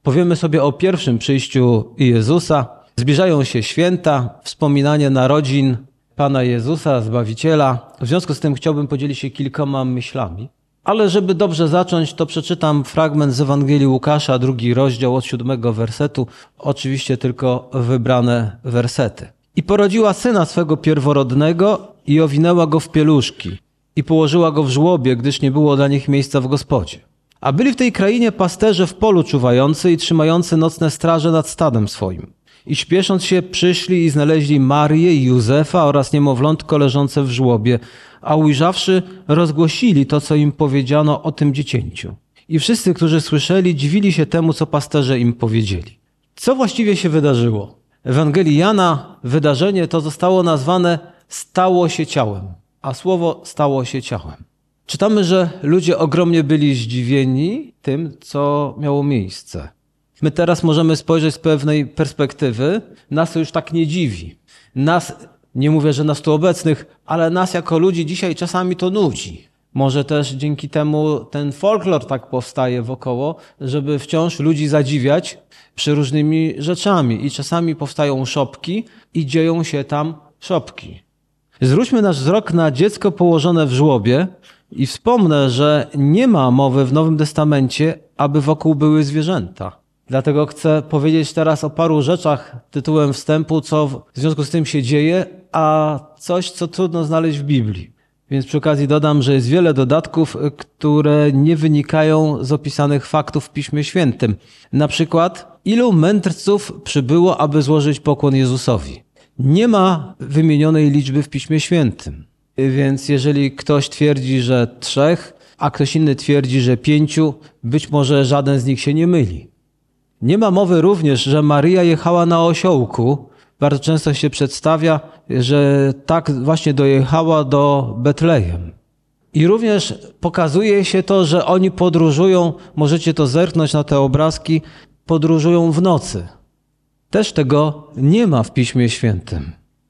Powiemy sobie o pierwszym przyjściu Jezusa. Zbliżają się święta, wspominanie narodzin Pana Jezusa, Zbawiciela. W związku z tym chciałbym podzielić się kilkoma myślami. Ale żeby dobrze zacząć, to przeczytam fragment z Ewangelii Łukasza, 2 rozdział od 7 wersetu. Oczywiście tylko wybrane wersety. I porodziła syna swego pierworodnego i owinęła go w pieluszki i położyła go w żłobie, gdyż nie było dla nich miejsca w gospodzie. A byli w tej krainie pasterze w polu czuwający i trzymający nocne straże nad stadem swoim. I śpiesząc się przyszli i znaleźli Marię i Józefa oraz niemowlątko leżące w żłobie, a ujrzawszy rozgłosili to, co im powiedziano o tym dziecięciu. I wszyscy, którzy słyszeli, dziwili się temu, co pasterze im powiedzieli. Co właściwie się wydarzyło? W Ewangelii Jana wydarzenie to zostało nazwane stało się ciałem, a słowo stało się ciałem. Czytamy, że ludzie ogromnie byli zdziwieni tym, co miało miejsce. My teraz możemy spojrzeć z pewnej perspektywy, nas to już tak nie dziwi. Nas, nie mówię, że nas tu obecnych, ale nas jako ludzi dzisiaj czasami to nudzi. Może też dzięki temu ten folklor tak powstaje wokoło, żeby wciąż ludzi zadziwiać przeróżnymi rzeczami. I czasami powstają szopki i dzieją się tam szopki. Zwróćmy nasz wzrok na dziecko położone w żłobie i wspomnę, że nie ma mowy w Nowym Testamencie, aby wokół były zwierzęta. Dlatego chcę powiedzieć teraz o paru rzeczach tytułem wstępu, co w związku z tym się dzieje, a coś, co trudno znaleźć w Biblii. Więc przy okazji dodam, że jest wiele dodatków, które nie wynikają z opisanych faktów w Piśmie Świętym. Na przykład, ilu mędrców przybyło, aby złożyć pokłon Jezusowi? Nie ma wymienionej liczby w Piśmie Świętym. Więc jeżeli ktoś twierdzi, że 3, a ktoś inny twierdzi, że 5, być może żaden z nich się nie myli. Nie ma mowy również, że Maryja jechała na osiołku. Bardzo często się przedstawia, że tak właśnie dojechała do Betlejem. I również pokazuje się to, że oni podróżują, możecie to zerknąć na te obrazki, podróżują w nocy. Też tego nie ma w Piśmie Świętym.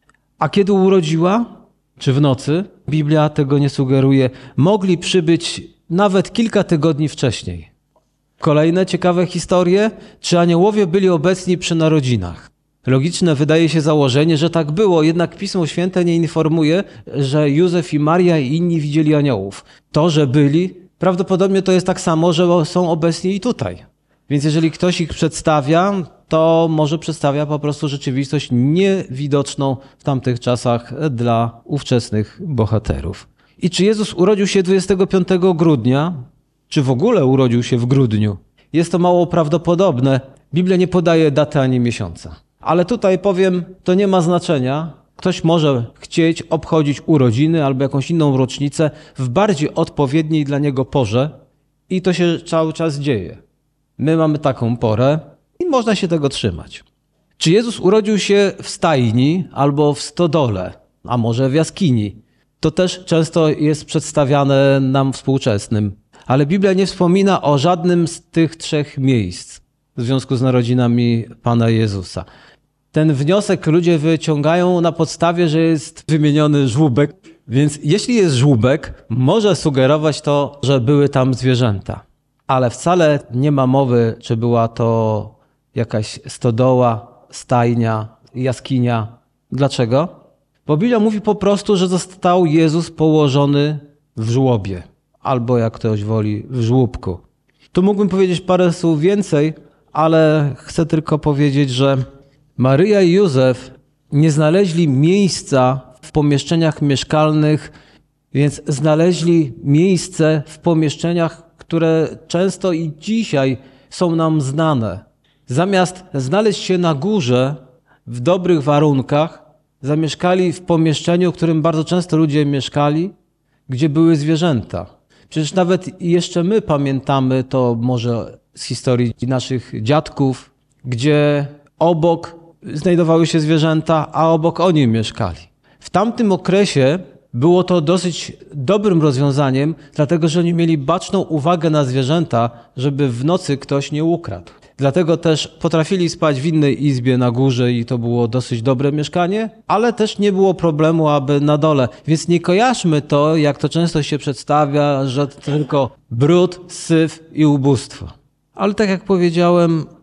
A kiedy urodziła? Czy w nocy? Biblia tego nie sugeruje. Mogli przybyć nawet kilka tygodni wcześniej. Kolejne ciekawe historie. Czy aniołowie byli obecni przy narodzinach? Logiczne wydaje się założenie, że tak było, jednak Pismo Święte nie informuje, że Józef i Maria i inni widzieli aniołów. To, że byli, prawdopodobnie to jest tak samo, że są obecni i tutaj. Więc jeżeli ktoś ich przedstawia, to może przedstawia po prostu rzeczywistość niewidoczną w tamtych czasach dla ówczesnych bohaterów. I czy Jezus urodził się 25 grudnia, czy w ogóle urodził się w grudniu? Jest to mało prawdopodobne. Biblia nie podaje daty ani miesiąca. Ale tutaj powiem, to nie ma znaczenia. Ktoś może chcieć obchodzić urodziny albo jakąś inną rocznicę w bardziej odpowiedniej dla niego porze i to się cały czas dzieje. My mamy taką porę i można się tego trzymać. Czy Jezus urodził się w stajni albo w stodole, a może w jaskini? To też często jest przedstawiane nam współczesnym. Ale Biblia nie wspomina o żadnym z tych 3 miejsc w związku z narodzinami Pana Jezusa. Ten wniosek ludzie wyciągają na podstawie, że jest wymieniony żłóbek, więc jeśli jest żłóbek, może sugerować to, że były tam zwierzęta. Ale wcale nie ma mowy, czy była to jakaś stodoła, stajnia, jaskinia. Dlaczego? Bo Biblia mówi po prostu, że został Jezus położony w żłobie, albo jak ktoś woli, w żłóbku. Tu mógłbym powiedzieć parę słów więcej, ale chcę tylko powiedzieć, że Maryja i Józef nie znaleźli miejsca w pomieszczeniach mieszkalnych, więc znaleźli miejsce w pomieszczeniach, które często i dzisiaj są nam znane. Zamiast znaleźć się na górze w dobrych warunkach, zamieszkali w pomieszczeniu, w którym bardzo często ludzie mieszkali, gdzie były zwierzęta. Przecież nawet jeszcze my pamiętamy to może z historii naszych dziadków, gdzie obok znajdowały się zwierzęta, a obok oni mieszkali. W tamtym okresie było to dosyć dobrym rozwiązaniem, dlatego że oni mieli baczną uwagę na zwierzęta, żeby w nocy ktoś nie ukradł. Dlatego też potrafili spać w innej izbie na górze i to było dosyć dobre mieszkanie, ale też nie było problemu, aby na dole. Więc nie kojarzmy to, jak to często się przedstawia, że to tylko brud, syf i ubóstwo. Ale tak jak powiedziałem,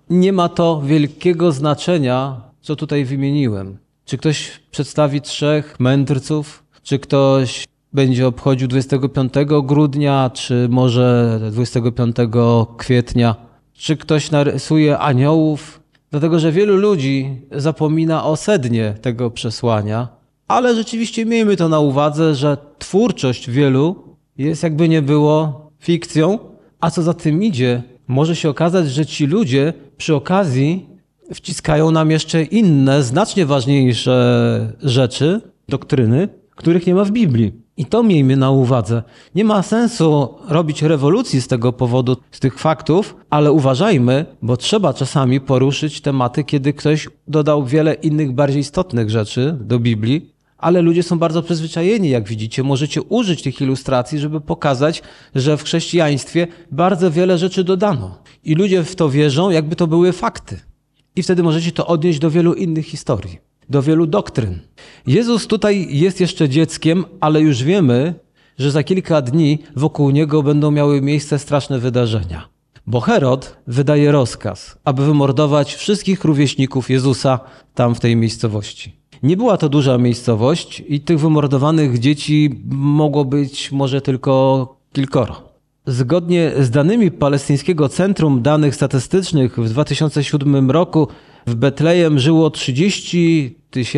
nie ma to wielkiego znaczenia, co tutaj wymieniłem. Czy ktoś przedstawi 3 mędrców, czy ktoś będzie obchodził 25 grudnia, czy może 25 kwietnia, czy ktoś narysuje aniołów, dlatego że wielu ludzi zapomina o sednie tego przesłania, ale rzeczywiście miejmy to na uwadze, że twórczość wielu jest jakby nie było fikcją, a co za tym idzie, może się okazać, że ci ludzie przy okazji wciskają nam jeszcze inne, znacznie ważniejsze rzeczy, doktryny, których nie ma w Biblii. I to miejmy na uwadze. Nie ma sensu robić rewolucji z tego powodu, z tych faktów, ale uważajmy, bo trzeba czasami poruszyć tematy, kiedy ktoś dodał wiele innych, bardziej istotnych rzeczy do Biblii, ale ludzie są bardzo przyzwyczajeni, jak widzicie. Możecie użyć tych ilustracji, żeby pokazać, że w chrześcijaństwie bardzo wiele rzeczy dodano. I ludzie w to wierzą, jakby to były fakty. I wtedy możecie to odnieść do wielu innych historii, do wielu doktryn. Jezus tutaj jest jeszcze dzieckiem, ale już wiemy, że za kilka dni wokół Niego będą miały miejsce straszne wydarzenia. Bo Herod wydaje rozkaz, aby wymordować wszystkich rówieśników Jezusa tam w tej miejscowości. Nie była to duża miejscowość i tych wymordowanych dzieci mogło być może tylko kilkoro. Zgodnie z danymi Palestyńskiego Centrum Danych Statystycznych w 2007 roku w Betlejem żyło 30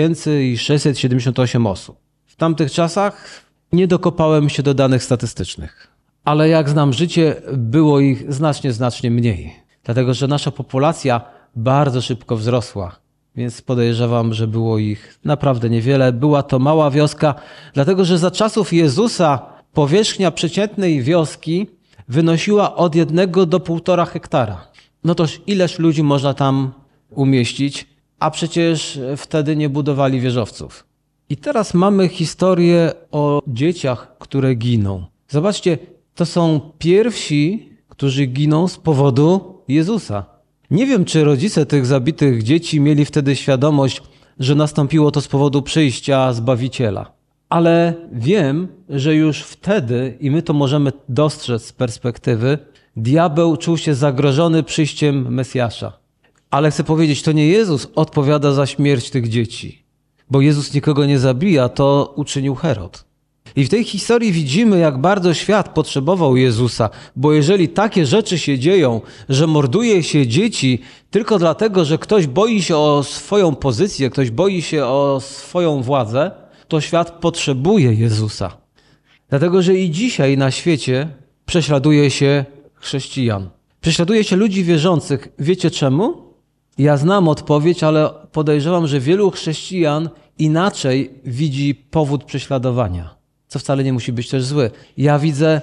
678 osób. W tamtych czasach nie dokopałem się do danych statystycznych, ale jak znam życie, było ich znacznie mniej. Dlatego, że nasza populacja bardzo szybko wzrosła, więc podejrzewam, że było ich naprawdę niewiele. Była to mała wioska, dlatego, że za czasów Jezusa powierzchnia przeciętnej wioski wynosiła od 1 do 1,5 hektara. No toż ileż ludzi można tam umieścić, a przecież wtedy nie budowali wieżowców. I teraz mamy historię o dzieciach, które giną. Zobaczcie, to są pierwsi, którzy giną z powodu Jezusa. Nie wiem, czy rodzice tych zabitych dzieci mieli wtedy świadomość, że nastąpiło to z powodu przyjścia Zbawiciela. Ale wiem, że już wtedy, i my to możemy dostrzec z perspektywy, diabeł czuł się zagrożony przyjściem Mesjasza. Ale chcę powiedzieć, to nie Jezus odpowiada za śmierć tych dzieci, bo Jezus nikogo nie zabija, to uczynił Herod. I w tej historii widzimy, jak bardzo świat potrzebował Jezusa, bo jeżeli takie rzeczy się dzieją, że morduje się dzieci tylko dlatego, że ktoś boi się o swoją pozycję, ktoś boi się o swoją władzę, to świat potrzebuje Jezusa. Dlatego, że i dzisiaj na świecie prześladuje się chrześcijan. Prześladuje się ludzi wierzących. Wiecie czemu? Ja znam odpowiedź, ale podejrzewam, że wielu chrześcijan inaczej widzi powód prześladowania, co wcale nie musi być też złe. Ja widzę,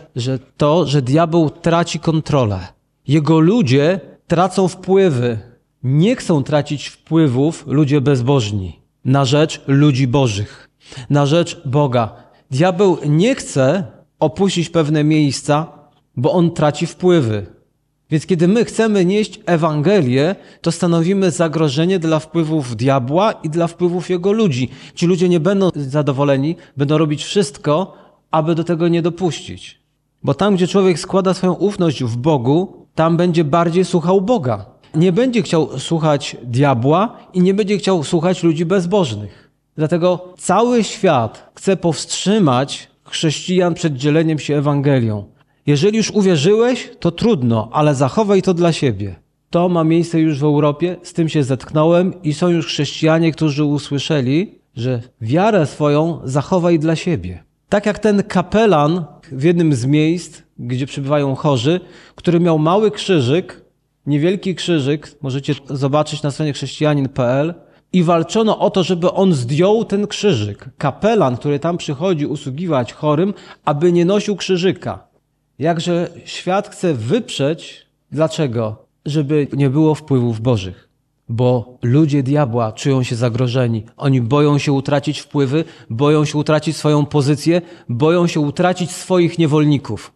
że diabeł traci kontrolę. Jego ludzie tracą wpływy. Nie chcą tracić wpływów ludzie bezbożni na rzecz ludzi bożych, na rzecz Boga. Diabeł nie chce opuścić pewne miejsca, bo on traci wpływy. Więc kiedy my chcemy nieść Ewangelię, to stanowimy zagrożenie dla wpływów diabła i dla wpływów jego ludzi. Ci ludzie nie będą zadowoleni, będą robić wszystko, aby do tego nie dopuścić. Bo tam, gdzie człowiek składa swoją ufność w Bogu, tam będzie bardziej słuchał Boga. Nie będzie chciał słuchać diabła i nie będzie chciał słuchać ludzi bezbożnych. Dlatego cały świat chce powstrzymać chrześcijan przed dzieleniem się Ewangelią. Jeżeli już uwierzyłeś, to trudno, ale zachowaj to dla siebie. To ma miejsce już w Europie, z tym się zetknąłem i są już chrześcijanie, którzy usłyszeli, że wiarę swoją zachowaj dla siebie. Tak jak ten kapelan w jednym z miejsc, gdzie przybywają chorzy, który miał mały krzyżyk, niewielki krzyżyk, możecie zobaczyć na stronie chrześcijanin.pl, i walczono o to, żeby on zdjął ten krzyżyk. Kapelan, który tam przychodzi usługiwać chorym, aby nie nosił krzyżyka. Jakże świat chce wyprzeć. Dlaczego? Żeby nie było wpływów bożych. Bo ludzie diabła czują się zagrożeni. Oni boją się utracić wpływy, boją się utracić swoją pozycję, boją się utracić swoich niewolników.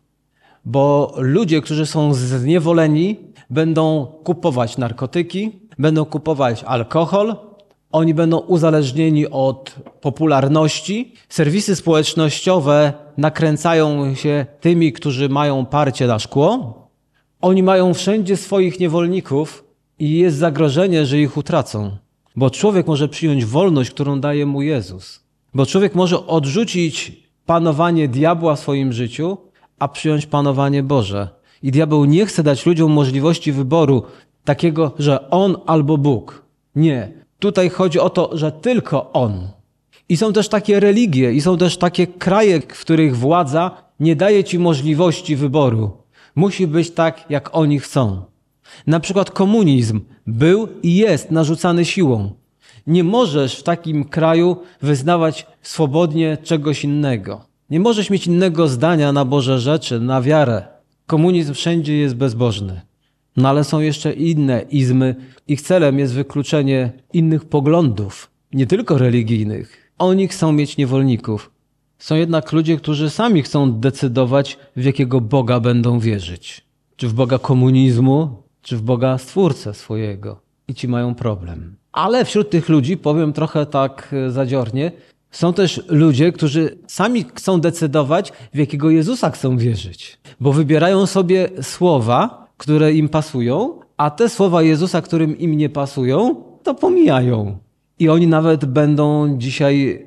Bo ludzie, którzy są zniewoleni, będą kupować narkotyki, będą kupować alkohol, oni będą uzależnieni od popularności. Serwisy społecznościowe nakręcają się tymi, którzy mają parcie na szkło. Oni mają wszędzie swoich niewolników i jest zagrożenie, że ich utracą. Bo człowiek może przyjąć wolność, którą daje mu Jezus. Bo człowiek może odrzucić panowanie diabła w swoim życiu, a przyjąć panowanie Boże. I diabeł nie chce dać ludziom możliwości wyboru takiego, że on albo Bóg. Nie. Tutaj chodzi o to, że tylko on. I są też takie religie, i są też takie kraje, w których władza nie daje ci możliwości wyboru. Musi być tak, jak oni chcą. Na przykład komunizm był i jest narzucany siłą. Nie możesz w takim kraju wyznawać swobodnie czegoś innego. Nie możesz mieć innego zdania na Boże rzeczy, na wiarę. Komunizm wszędzie jest bezbożny. No ale są jeszcze inne izmy. Ich celem jest wykluczenie innych poglądów, nie tylko religijnych. Oni chcą mieć niewolników. Są jednak ludzie, którzy sami chcą decydować, w jakiego Boga będą wierzyć. Czy w Boga komunizmu, czy w Boga Stwórcę swojego. I ci mają problem. Ale wśród tych ludzi, powiem trochę tak zadziornie, są też ludzie, którzy sami chcą decydować, w jakiego Jezusa chcą wierzyć. Bo wybierają sobie słowa, które im pasują, a te słowa Jezusa, którym im nie pasują, to pomijają. I oni nawet będą dzisiaj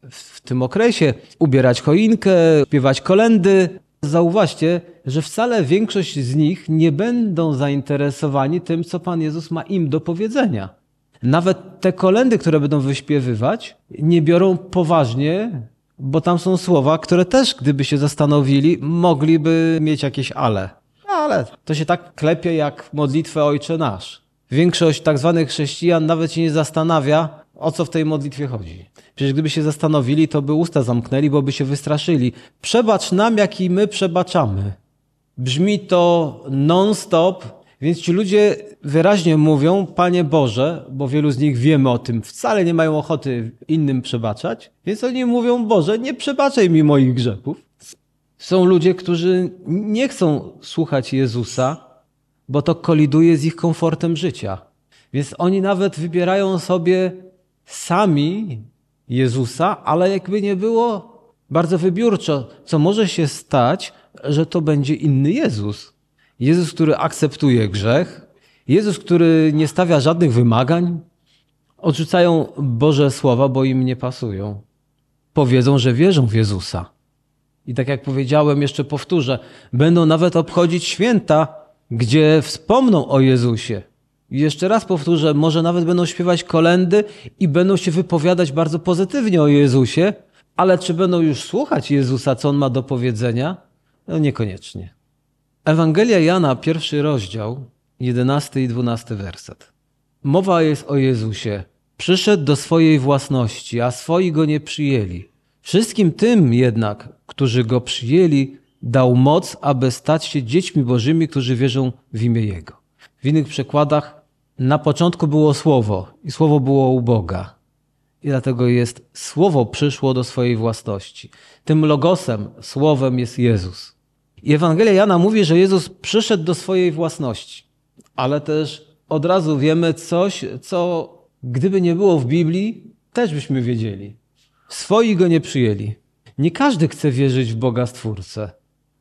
w tym okresie ubierać choinkę, śpiewać kolędy. Zauważcie, że wcale większość z nich nie będą zainteresowani tym, co Pan Jezus ma im do powiedzenia. Nawet te kolędy, które będą wyśpiewywać, nie biorą poważnie, bo tam są słowa, które też, gdyby się zastanowili, mogliby mieć jakieś ale. Ale to się tak klepie jak modlitwę Ojcze Nasz. Większość tak zwanych chrześcijan nawet się nie zastanawia, o co w tej modlitwie chodzi. Przecież gdyby się zastanowili, to by usta zamknęli, bo by się wystraszyli. Przebacz nam, jak i my przebaczamy. Brzmi to non-stop, więc ci ludzie wyraźnie mówią, Panie Boże, bo wielu z nich wiemy o tym, wcale nie mają ochoty innym przebaczać, więc oni mówią, Boże, nie przebaczaj mi moich grzechów. Są ludzie, którzy nie chcą słuchać Jezusa, bo to koliduje z ich komfortem życia. Więc oni nawet wybierają sobie sami Jezusa, ale jakby nie było bardzo wybiórczo, co może się stać, że to będzie inny Jezus. Jezus, który akceptuje grzech, Jezus, który nie stawia żadnych wymagań. Odrzucają Boże słowa, bo im nie pasują. Powiedzą, że wierzą w Jezusa. I tak jak powiedziałem, jeszcze powtórzę, będą nawet obchodzić święta, gdzie wspomną o Jezusie. I jeszcze raz powtórzę, może nawet będą śpiewać kolędy i będą się wypowiadać bardzo pozytywnie o Jezusie, ale czy będą już słuchać Jezusa, co On ma do powiedzenia? No niekoniecznie. Ewangelia Jana, 1 rozdział, 11 i 12 werset. Mowa jest o Jezusie. Przyszedł do swojej własności, a swoi Go nie przyjęli. Wszystkim tym jednak, którzy Go przyjęli, dał moc, aby stać się dziećmi Bożymi, którzy wierzą w imię Jego. W innych przekładach na początku było Słowo i Słowo było u Boga. I dlatego jest Słowo przyszło do swojej własności. Tym logosem, Słowem jest Jezus. I Ewangelia Jana mówi, że Jezus przyszedł do swojej własności. Ale też od razu wiemy coś, co gdyby nie było w Biblii, też byśmy wiedzieli. Swoi Go nie przyjęli. Nie każdy chce wierzyć w Boga Stwórcę.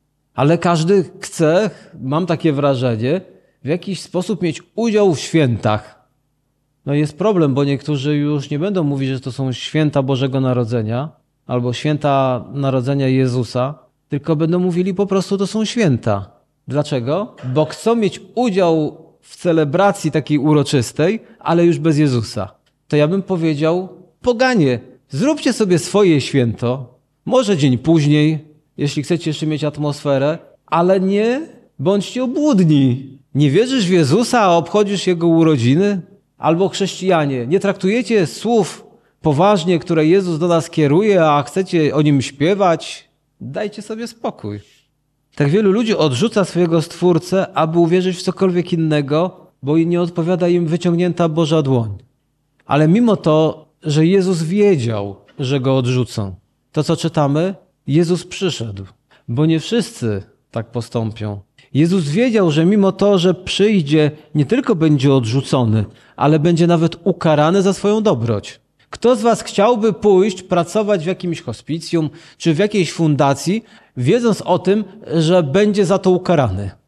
Ale każdy chce, mam takie wrażenie, w jakiś sposób mieć udział w świętach. No jest problem, bo niektórzy już nie będą mówić, że to są święta Bożego Narodzenia albo święta Narodzenia Jezusa, tylko będą mówili po prostu, to są święta. Dlaczego? Bo chcą mieć udział w celebracji takiej uroczystej, ale już bez Jezusa. To ja bym powiedział, poganie, zróbcie sobie swoje święto, może dzień później, jeśli chcecie jeszcze mieć atmosferę, ale nie bądźcie obłudni. Nie wierzysz w Jezusa, a obchodzisz Jego urodziny? Albo chrześcijanie, nie traktujecie słów poważnie, które Jezus do nas kieruje, a chcecie o Nim śpiewać? Dajcie sobie spokój. Tak wielu ludzi odrzuca swojego Stwórcę, aby uwierzyć w cokolwiek innego, bo nie odpowiada im wyciągnięta Boża dłoń. Ale mimo to, że Jezus wiedział, że Go odrzucą, to co czytamy? Jezus przyszedł, bo nie wszyscy tak postąpią. Jezus wiedział, że mimo to, że przyjdzie, nie tylko będzie odrzucony, ale będzie nawet ukarany za swoją dobroć. Kto z was chciałby pójść, pracować w jakimś hospicjum czy w jakiejś fundacji, wiedząc o tym, że będzie za to ukarany?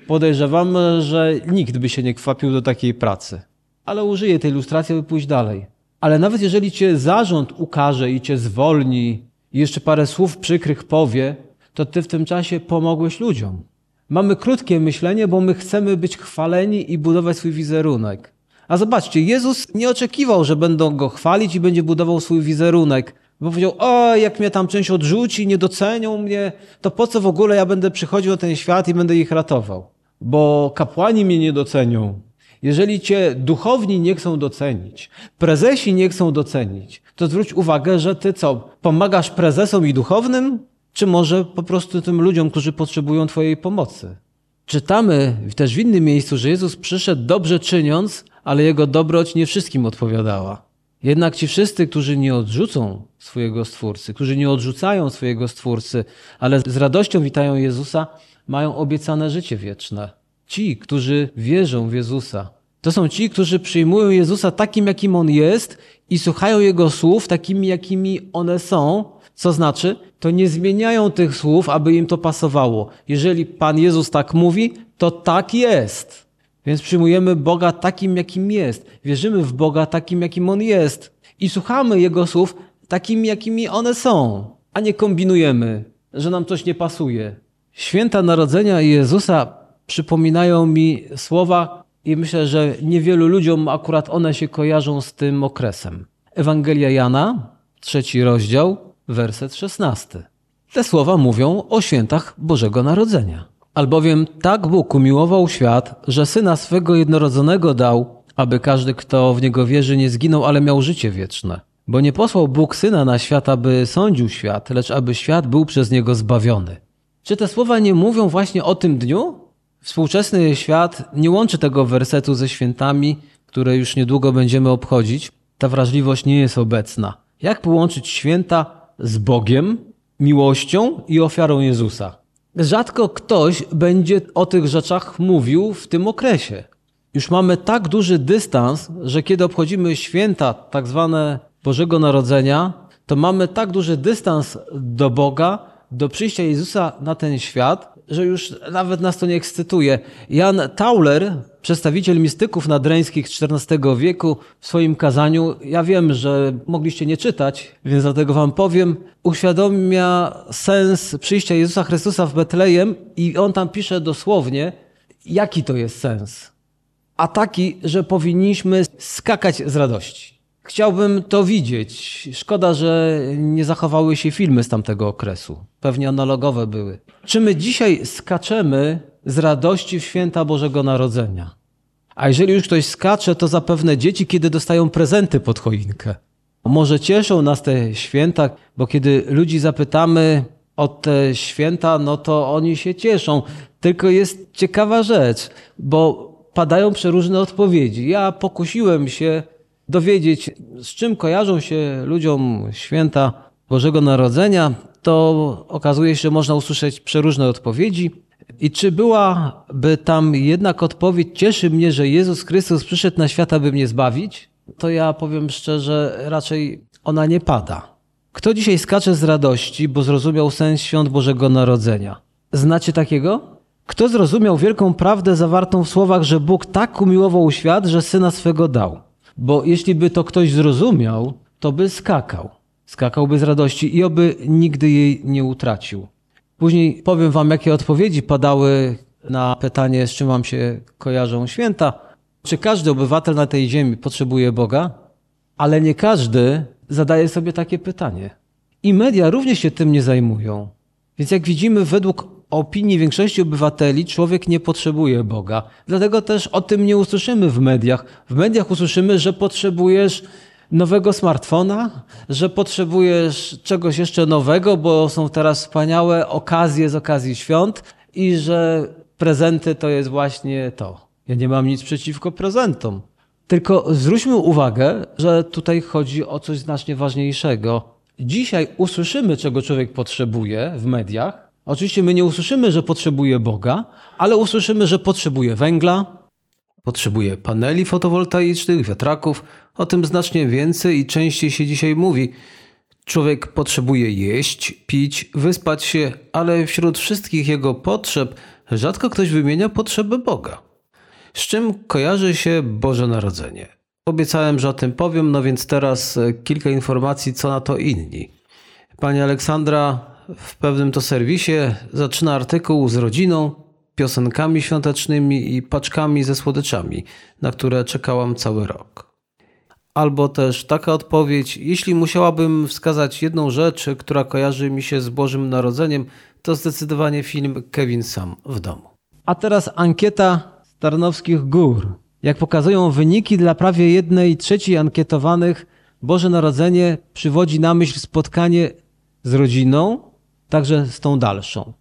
Podejrzewam, że nikt by się nie kwapił do takiej pracy. Ale użyję tej ilustracji, aby pójść dalej. Ale nawet jeżeli cię zarząd ukarze i cię zwolni i jeszcze parę słów przykrych powie, to ty w tym czasie pomogłeś ludziom. Mamy krótkie myślenie, bo my chcemy być chwaleni i budować swój wizerunek. A zobaczcie, Jezus nie oczekiwał, że będą Go chwalić i będzie budował swój wizerunek. Bo powiedział, jak mnie tam część odrzuci, nie docenią mnie, to po co w ogóle ja będę przychodził na ten świat i będę ich ratował? Bo kapłani mnie nie docenią. Jeżeli cię duchowni nie chcą docenić, prezesi nie chcą docenić, to zwróć uwagę, że ty co, pomagasz prezesom i duchownym? Czy może po prostu tym ludziom, którzy potrzebują twojej pomocy? Czytamy też w innym miejscu, że Jezus przyszedł dobrze czyniąc, ale Jego dobroć nie wszystkim odpowiadała. Jednak ci wszyscy, którzy nie odrzucą swojego Stwórcy, którzy nie odrzucają swojego Stwórcy, ale z radością witają Jezusa, mają obiecane życie wieczne. Ci, którzy wierzą w Jezusa, to są ci, którzy przyjmują Jezusa takim, jakim On jest i słuchają Jego słów takimi, jakimi one są. Co znaczy? To nie zmieniają tych słów, aby im to pasowało. Jeżeli Pan Jezus tak mówi, to tak jest. Więc przyjmujemy Boga takim, jakim jest. Wierzymy w Boga takim, jakim On jest. I słuchamy Jego słów takimi, jakimi one są. A nie kombinujemy, że nam coś nie pasuje. Święta Narodzenia Jezusa przypominają mi słowa i myślę, że niewielu ludziom akurat one się kojarzą z tym okresem. Ewangelia Jana, 3 rozdział, werset 16. Te słowa mówią o świętach Bożego Narodzenia. Albowiem tak Bóg umiłował świat, że Syna swego jednorodzonego dał, aby każdy, kto w Niego wierzy, nie zginął, ale miał życie wieczne. Bo nie posłał Bóg Syna na świat, aby sądził świat, lecz aby świat był przez Niego zbawiony. Czy te słowa nie mówią właśnie o tym dniu? Współczesny świat nie łączy tego wersetu ze świętami, które już niedługo będziemy obchodzić. Ta wrażliwość nie jest obecna. Jak połączyć święta z Bogiem, miłością i ofiarą Jezusa? Rzadko ktoś będzie o tych rzeczach mówił w tym okresie. Już mamy tak duży dystans, że kiedy obchodzimy święta tak zwane Bożego Narodzenia, to mamy tak duży dystans do Boga, do przyjścia Jezusa na ten świat, że już nawet nas to nie ekscytuje. Jan Tauler, przedstawiciel mistyków nadreńskich XIV wieku, w swoim kazaniu, ja wiem, że mogliście nie czytać, więc dlatego wam powiem, uświadamia sens przyjścia Jezusa Chrystusa w Betlejem i on tam pisze dosłownie, jaki to jest sens. A taki, że powinniśmy skakać z radości. Chciałbym to widzieć. Szkoda, że nie zachowały się filmy z tamtego okresu. Pewnie analogowe były. Czy my dzisiaj skaczemy z radości w święta Bożego Narodzenia? A jeżeli już ktoś skacze, to zapewne dzieci, kiedy dostają prezenty pod choinkę. Może cieszą nas te święta, bo kiedy ludzi zapytamy o te święta, no to oni się cieszą. Tylko jest ciekawa rzecz, bo padają przeróżne odpowiedzi. Ja pokusiłem się dowiedzieć, z czym kojarzą się ludziom święta Bożego Narodzenia, to okazuje się, że można usłyszeć przeróżne odpowiedzi. I czy byłaby tam jednak odpowiedź, cieszy mnie, że Jezus Chrystus przyszedł na świat, aby mnie zbawić? To ja powiem szczerze, raczej ona nie pada. Kto dzisiaj skacze z radości, bo zrozumiał sens świąt Bożego Narodzenia? Znacie takiego? Kto zrozumiał wielką prawdę zawartą w słowach, że Bóg tak umiłował świat, że Syna swego dał? Bo jeśli by to ktoś zrozumiał, to by skakał. Skakałby z radości i oby nigdy jej nie utracił. Później powiem wam, jakie odpowiedzi padały na pytanie, z czym wam się kojarzą święta. Czy każdy obywatel na tej ziemi potrzebuje Boga? Ale nie każdy zadaje sobie takie pytanie. I media również się tym nie zajmują. Więc jak widzimy, według opinii większości obywateli człowiek nie potrzebuje Boga. Dlatego też o tym nie usłyszymy w mediach. W mediach usłyszymy, że potrzebujesz nowego smartfona, że potrzebujesz czegoś jeszcze nowego, bo są teraz wspaniałe okazje z okazji świąt i że prezenty to jest właśnie to. Ja nie mam nic przeciwko prezentom. Tylko zwróćmy uwagę, że tutaj chodzi o coś znacznie ważniejszego. Dzisiaj usłyszymy, czego człowiek potrzebuje w mediach. Oczywiście my nie usłyszymy, że potrzebuje Boga, ale usłyszymy, że potrzebuje węgla, potrzebuje paneli fotowoltaicznych, wiatraków. O tym znacznie więcej i częściej się dzisiaj mówi. Człowiek potrzebuje jeść, pić, wyspać się, ale wśród wszystkich jego potrzeb rzadko ktoś wymienia potrzeby Boga. Z czym kojarzy się Boże Narodzenie? Obiecałem, że o tym powiem, no więc teraz kilka informacji, co na to inni. Pani Aleksandra w pewnym to serwisie zaczyna artykuł z rodziną, piosenkami świątecznymi i paczkami ze słodyczami, na które czekałam cały rok. Albo też taka odpowiedź: jeśli musiałabym wskazać jedną rzecz, która kojarzy mi się z Bożym Narodzeniem, to zdecydowanie film Kevin Sam w domu. A teraz ankieta z Tarnowskich Gór. Jak pokazują wyniki, dla prawie 1/3 ankietowanych Boże Narodzenie przywodzi na myśl spotkanie z rodziną, także z tą dalszą.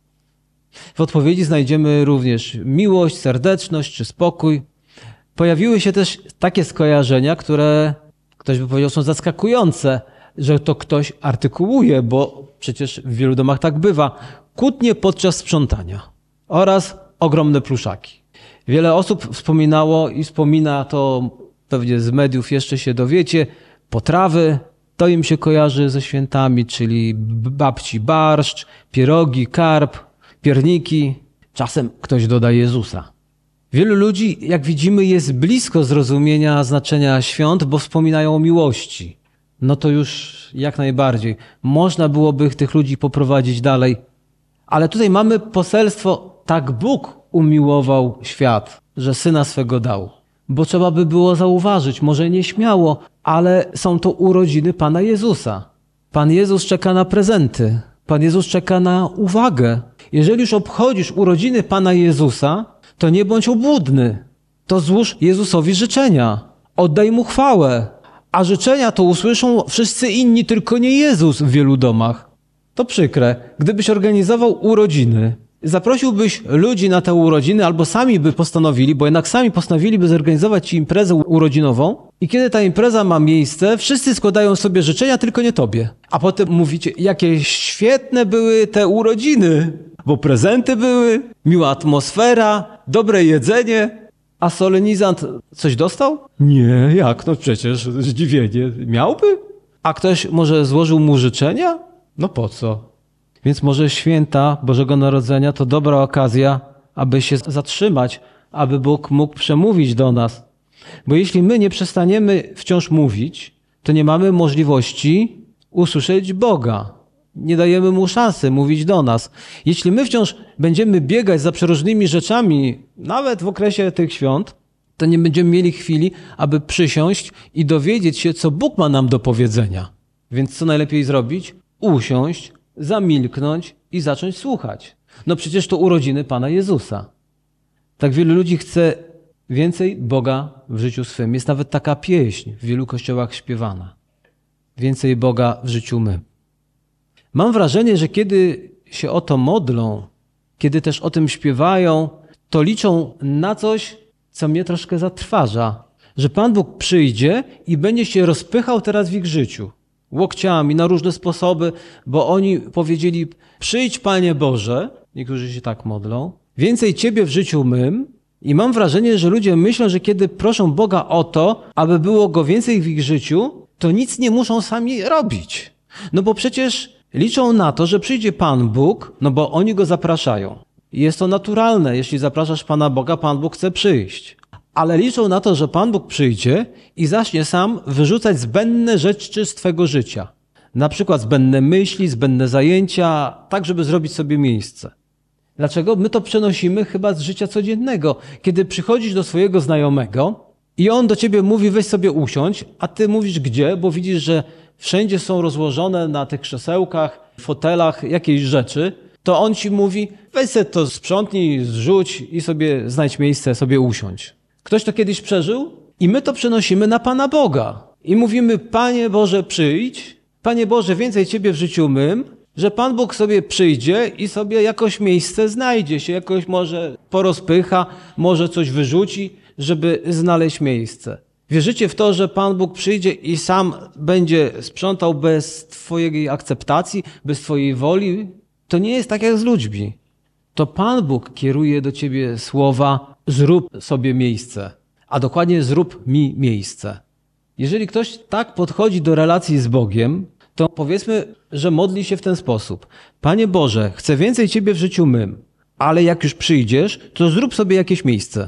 W odpowiedzi znajdziemy również miłość, serdeczność czy spokój. Pojawiły się też takie skojarzenia, które ktoś by powiedział są zaskakujące, że to ktoś artykułuje, bo przecież w wielu domach tak bywa. Kłótnie podczas sprzątania oraz ogromne pluszaki. Wiele osób wspominało i wspomina, to pewnie z mediów jeszcze się dowiecie, potrawy. To im się kojarzy ze świętami, czyli babci barszcz, pierogi, karp, pierniki. Czasem ktoś doda Jezusa. Wielu ludzi, jak widzimy, jest blisko zrozumienia znaczenia świąt, bo wspominają o miłości. No to już jak najbardziej. Można byłoby tych ludzi poprowadzić dalej. Ale tutaj mamy poselstwo: tak Bóg umiłował świat, że Syna swego dał. Bo trzeba by było zauważyć, może nieśmiało, ale są to urodziny Pana Jezusa. Pan Jezus czeka na prezenty. Pan Jezus czeka na uwagę. Jeżeli już obchodzisz urodziny Pana Jezusa, to nie bądź obłudny. To złóż Jezusowi życzenia. Oddaj Mu chwałę. A życzenia to usłyszą wszyscy inni, tylko nie Jezus w wielu domach. To przykre. Gdybyś organizował urodziny, zaprosiłbyś ludzi na te urodziny, albo sami by postanowili, bo jednak sami postanowiliby zorganizować ci imprezę urodzinową, i kiedy ta impreza ma miejsce, wszyscy składają sobie życzenia, tylko nie tobie. A potem mówicie, jakie świetne były te urodziny, bo prezenty były, miła atmosfera, dobre jedzenie. A solenizant coś dostał? Nie, jak? No przecież zdziwienie. Miałby? A ktoś może złożył mu życzenia? No po co? Więc może święta Bożego Narodzenia to dobra okazja, aby się zatrzymać, aby Bóg mógł przemówić do nas. Bo jeśli my nie przestaniemy wciąż mówić, to nie mamy możliwości usłyszeć Boga. Nie dajemy Mu szansy mówić do nas. Jeśli my wciąż będziemy biegać za przeróżnymi rzeczami, nawet w okresie tych świąt, to nie będziemy mieli chwili, aby przysiąść i dowiedzieć się, co Bóg ma nam do powiedzenia. Więc co najlepiej zrobić? Usiąść, zamilknąć i zacząć słuchać. No przecież to urodziny Pana Jezusa. Tak wielu ludzi chce więcej Boga w życiu swym. Jest nawet taka pieśń w wielu kościołach śpiewana. Więcej Boga w życiu mym. Mam wrażenie, że kiedy się o to modlą, kiedy też o tym śpiewają, to liczą na coś, co mnie troszkę zatrważa. Że Pan Bóg przyjdzie i będzie się rozpychał teraz w ich życiu. Łokciami, na różne sposoby, bo oni powiedzieli: przyjdź, Panie Boże, niektórzy się tak modlą, więcej Ciebie w życiu mym. I mam wrażenie, że ludzie myślą, że kiedy proszą Boga o to, aby było Go więcej w ich życiu, to nic nie muszą sami robić. No bo przecież liczą na to, że przyjdzie Pan Bóg, no bo oni Go zapraszają. I jest to naturalne, jeśli zapraszasz Pana Boga, Pan Bóg chce przyjść. Ale liczą na to, że Pan Bóg przyjdzie i zacznie sam wyrzucać zbędne rzeczy z Twego życia. Na przykład zbędne myśli, zbędne zajęcia, tak żeby zrobić sobie miejsce. Dlaczego? My to przenosimy chyba z życia codziennego. Kiedy przychodzisz do swojego znajomego i on do ciebie mówi: weź sobie usiądź, a ty mówisz gdzie, bo widzisz, że wszędzie są rozłożone na tych krzesełkach, fotelach jakieś rzeczy, to on ci mówi: weź sobie to sprzątnij, zrzuć i sobie znajdź miejsce, sobie usiądź. Ktoś to kiedyś przeżył i my to przenosimy na Pana Boga. I mówimy: Panie Boże, przyjdź, Panie Boże, więcej Ciebie w życiu mym, że Pan Bóg sobie przyjdzie i sobie jakoś miejsce znajdzie się, jakoś może porozpycha, może coś wyrzuci, żeby znaleźć miejsce. Wierzycie w to, że Pan Bóg przyjdzie i sam będzie sprzątał bez Twojej akceptacji, bez Twojej woli? To nie jest tak jak z ludźmi. To Pan Bóg kieruje do ciebie słowa: zrób sobie miejsce, a dokładnie zrób mi miejsce. Jeżeli ktoś tak podchodzi do relacji z Bogiem, to powiedzmy, że modli się w ten sposób: Panie Boże, chcę więcej Ciebie w życiu mym. ale jak już przyjdziesz, to zrób sobie jakieś miejsce.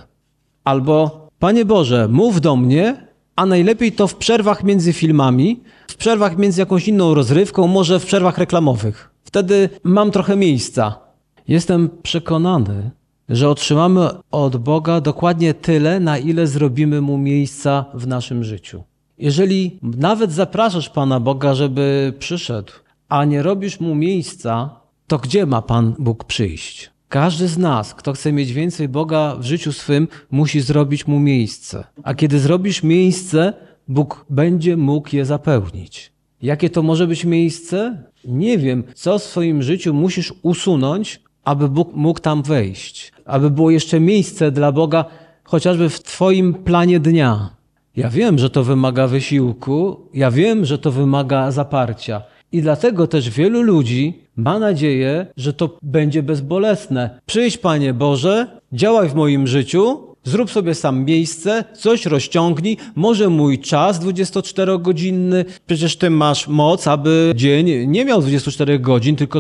Albo, Panie Boże, mów do mnie, a najlepiej to w przerwach między filmami, w przerwach między jakąś inną rozrywką, może w przerwach reklamowych. Wtedy mam trochę miejsca. Jestem przekonany, że otrzymamy od Boga dokładnie tyle, na ile zrobimy Mu miejsca w naszym życiu. Jeżeli nawet zapraszasz Pana Boga, żeby przyszedł, a nie robisz Mu miejsca, to gdzie ma Pan Bóg przyjść? Każdy z nas, kto chce mieć więcej Boga w życiu swym, musi zrobić Mu miejsce. A kiedy zrobisz miejsce, Bóg będzie mógł je zapełnić. Jakie to może być miejsce? Nie wiem, co w swoim życiu musisz usunąć, aby Bóg mógł tam wejść. Aby było jeszcze miejsce dla Boga, chociażby w Twoim planie dnia. Ja wiem, że to wymaga wysiłku, ja wiem, że to wymaga zaparcia. I dlatego też wielu ludzi ma nadzieję, że to będzie bezbolesne. Przyjdź, Panie Boże, działaj w moim życiu, zrób sobie sam miejsce, coś rozciągnij, może mój czas 24-godzinny, przecież Ty masz moc, aby dzień nie miał 24 godzin, tylko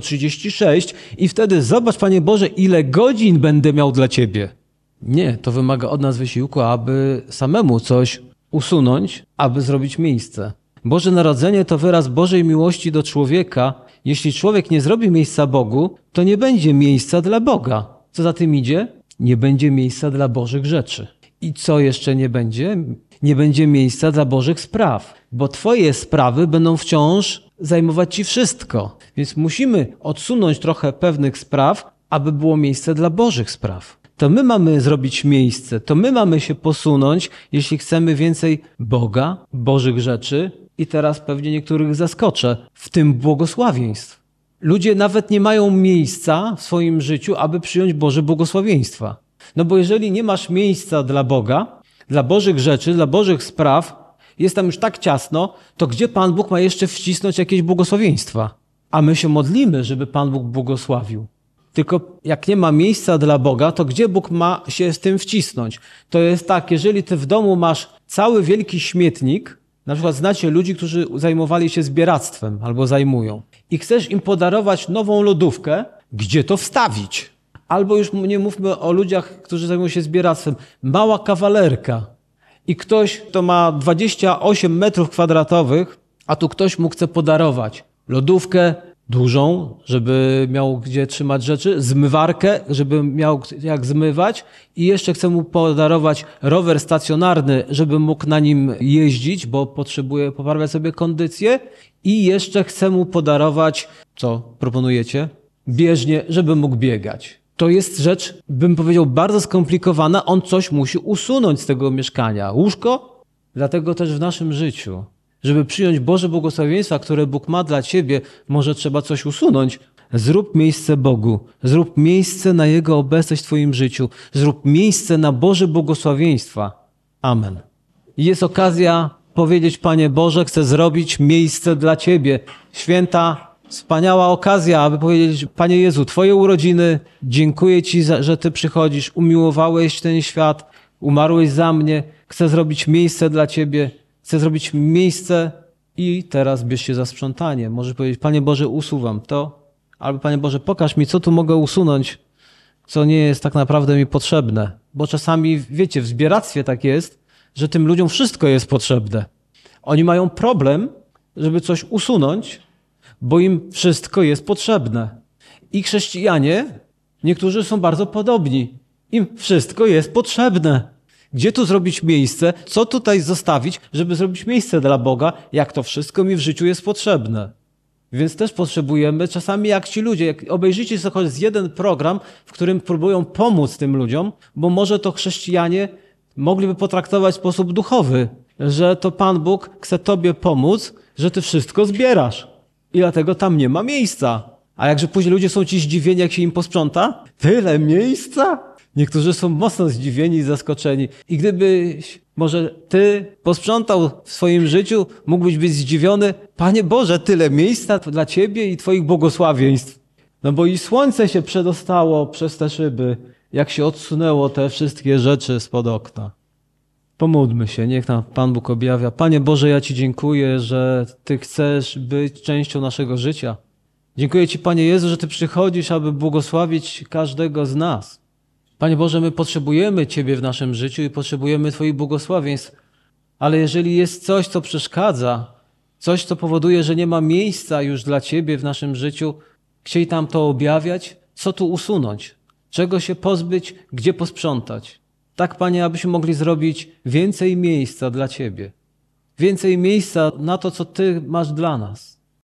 36 i wtedy zobacz, Panie Boże, ile godzin będę miał dla Ciebie. Nie, to wymaga od nas wysiłku, aby samemu coś usunąć, aby zrobić miejsce. Boże Narodzenie to wyraz Bożej miłości do człowieka. Jeśli człowiek nie zrobi miejsca Bogu, to nie będzie miejsca dla Boga. Co za tym idzie? Nie będzie miejsca dla Bożych rzeczy. I co jeszcze nie będzie? Nie będzie miejsca dla Bożych spraw, bo Twoje sprawy będą wciąż zajmować Ci wszystko. Więc musimy odsunąć trochę pewnych spraw, aby było miejsce dla Bożych spraw. To my mamy zrobić miejsce, to my mamy się posunąć, jeśli chcemy więcej Boga, Bożych rzeczy i teraz pewnie niektórych zaskoczę, w tym błogosławieństw. Ludzie nawet nie mają miejsca w swoim życiu, aby przyjąć Boże błogosławieństwa. No bo jeżeli nie masz miejsca dla Boga, dla Bożych rzeczy, dla Bożych spraw, jest tam już tak ciasno, to gdzie Pan Bóg ma jeszcze wcisnąć jakieś błogosławieństwa? A my się modlimy, żeby Pan Bóg błogosławił. Tylko jak nie ma miejsca dla Boga, to gdzie Bóg ma się z tym wcisnąć? To jest tak, jeżeli ty w domu masz cały wielki śmietnik, na przykład znacie ludzi, którzy zajmowali się zbieractwem albo zajmują i chcesz im podarować nową lodówkę, gdzie to wstawić? Albo już nie mówmy o ludziach, którzy zajmują się zbieractwem. Mała kawalerka i ktoś, kto ma 28 metrów kwadratowych, a tu ktoś mu chce podarować lodówkę, dużą, żeby miał gdzie trzymać rzeczy, zmywarkę, żeby miał jak zmywać i jeszcze chcę mu podarować rower stacjonarny, żeby mógł na nim jeździć, bo potrzebuje poprawiać sobie kondycję i jeszcze chcę mu podarować, co proponujecie? Bieżnię, żeby mógł biegać. To jest rzecz, bym powiedział, bardzo skomplikowana. On coś musi usunąć z tego mieszkania. Łóżko? Dlatego też w naszym życiu, żeby przyjąć Boże błogosławieństwa, które Bóg ma dla ciebie, może trzeba coś usunąć. Zrób miejsce Bogu. Zrób miejsce na Jego obecność w twoim życiu. Zrób miejsce na Boże błogosławieństwa. Amen. I jest okazja powiedzieć, Panie Boże, chcę zrobić miejsce dla Ciebie. Święta, wspaniała okazja, aby powiedzieć, Panie Jezu, Twoje urodziny, dziękuję Ci, że Ty przychodzisz, umiłowałeś ten świat, umarłeś za mnie, chcę zrobić miejsce dla Ciebie. Chcę zrobić miejsce i teraz bierz się za sprzątanie. Możesz powiedzieć, Panie Boże, usuwam to. Albo Panie Boże, pokaż mi, co tu mogę usunąć, co nie jest tak naprawdę mi potrzebne. Bo czasami, wiecie, w zbieractwie tak jest, że tym ludziom wszystko jest potrzebne. Oni mają problem, żeby coś usunąć, bo im wszystko jest potrzebne. I chrześcijanie, niektórzy są bardzo podobni. Im wszystko jest potrzebne. Gdzie tu zrobić miejsce? Co tutaj zostawić, żeby zrobić miejsce dla Boga, jak to wszystko mi w życiu jest potrzebne? Więc też potrzebujemy, czasami jak ci ludzie, jak obejrzycie sobie choć jeden program, w którym próbują pomóc tym ludziom, bo może to chrześcijanie mogliby potraktować w sposób duchowy, że to Pan Bóg chce tobie pomóc, że ty wszystko zbierasz i dlatego tam nie ma miejsca. A jakże później ludzie są ci zdziwieni, jak się im posprząta? Tyle miejsca? Niektórzy są mocno zdziwieni i zaskoczeni. I gdybyś może ty posprzątał w swoim życiu, mógłbyś być zdziwiony. Panie Boże, tyle miejsca dla Ciebie i Twoich błogosławieństw. No bo i słońce się przedostało przez te szyby, jak się odsunęło te wszystkie rzeczy spod okna. Pomódlmy się, niech nam Pan Bóg objawia. Panie Boże, ja Ci dziękuję, że Ty chcesz być częścią naszego życia. Dziękuję Ci, Panie Jezu, że Ty przychodzisz, aby błogosławić każdego z nas. Panie Boże, my potrzebujemy Ciebie w naszym życiu i potrzebujemy Twoich błogosławieństw, ale jeżeli jest coś, co przeszkadza, coś, co powoduje, że nie ma miejsca już dla Ciebie w naszym życiu, chciej tam to objawiać, co tu usunąć, czego się pozbyć, gdzie posprzątać. Tak, Panie, abyśmy mogli zrobić więcej miejsca dla Ciebie. Więcej miejsca na to, co Ty masz dla nas.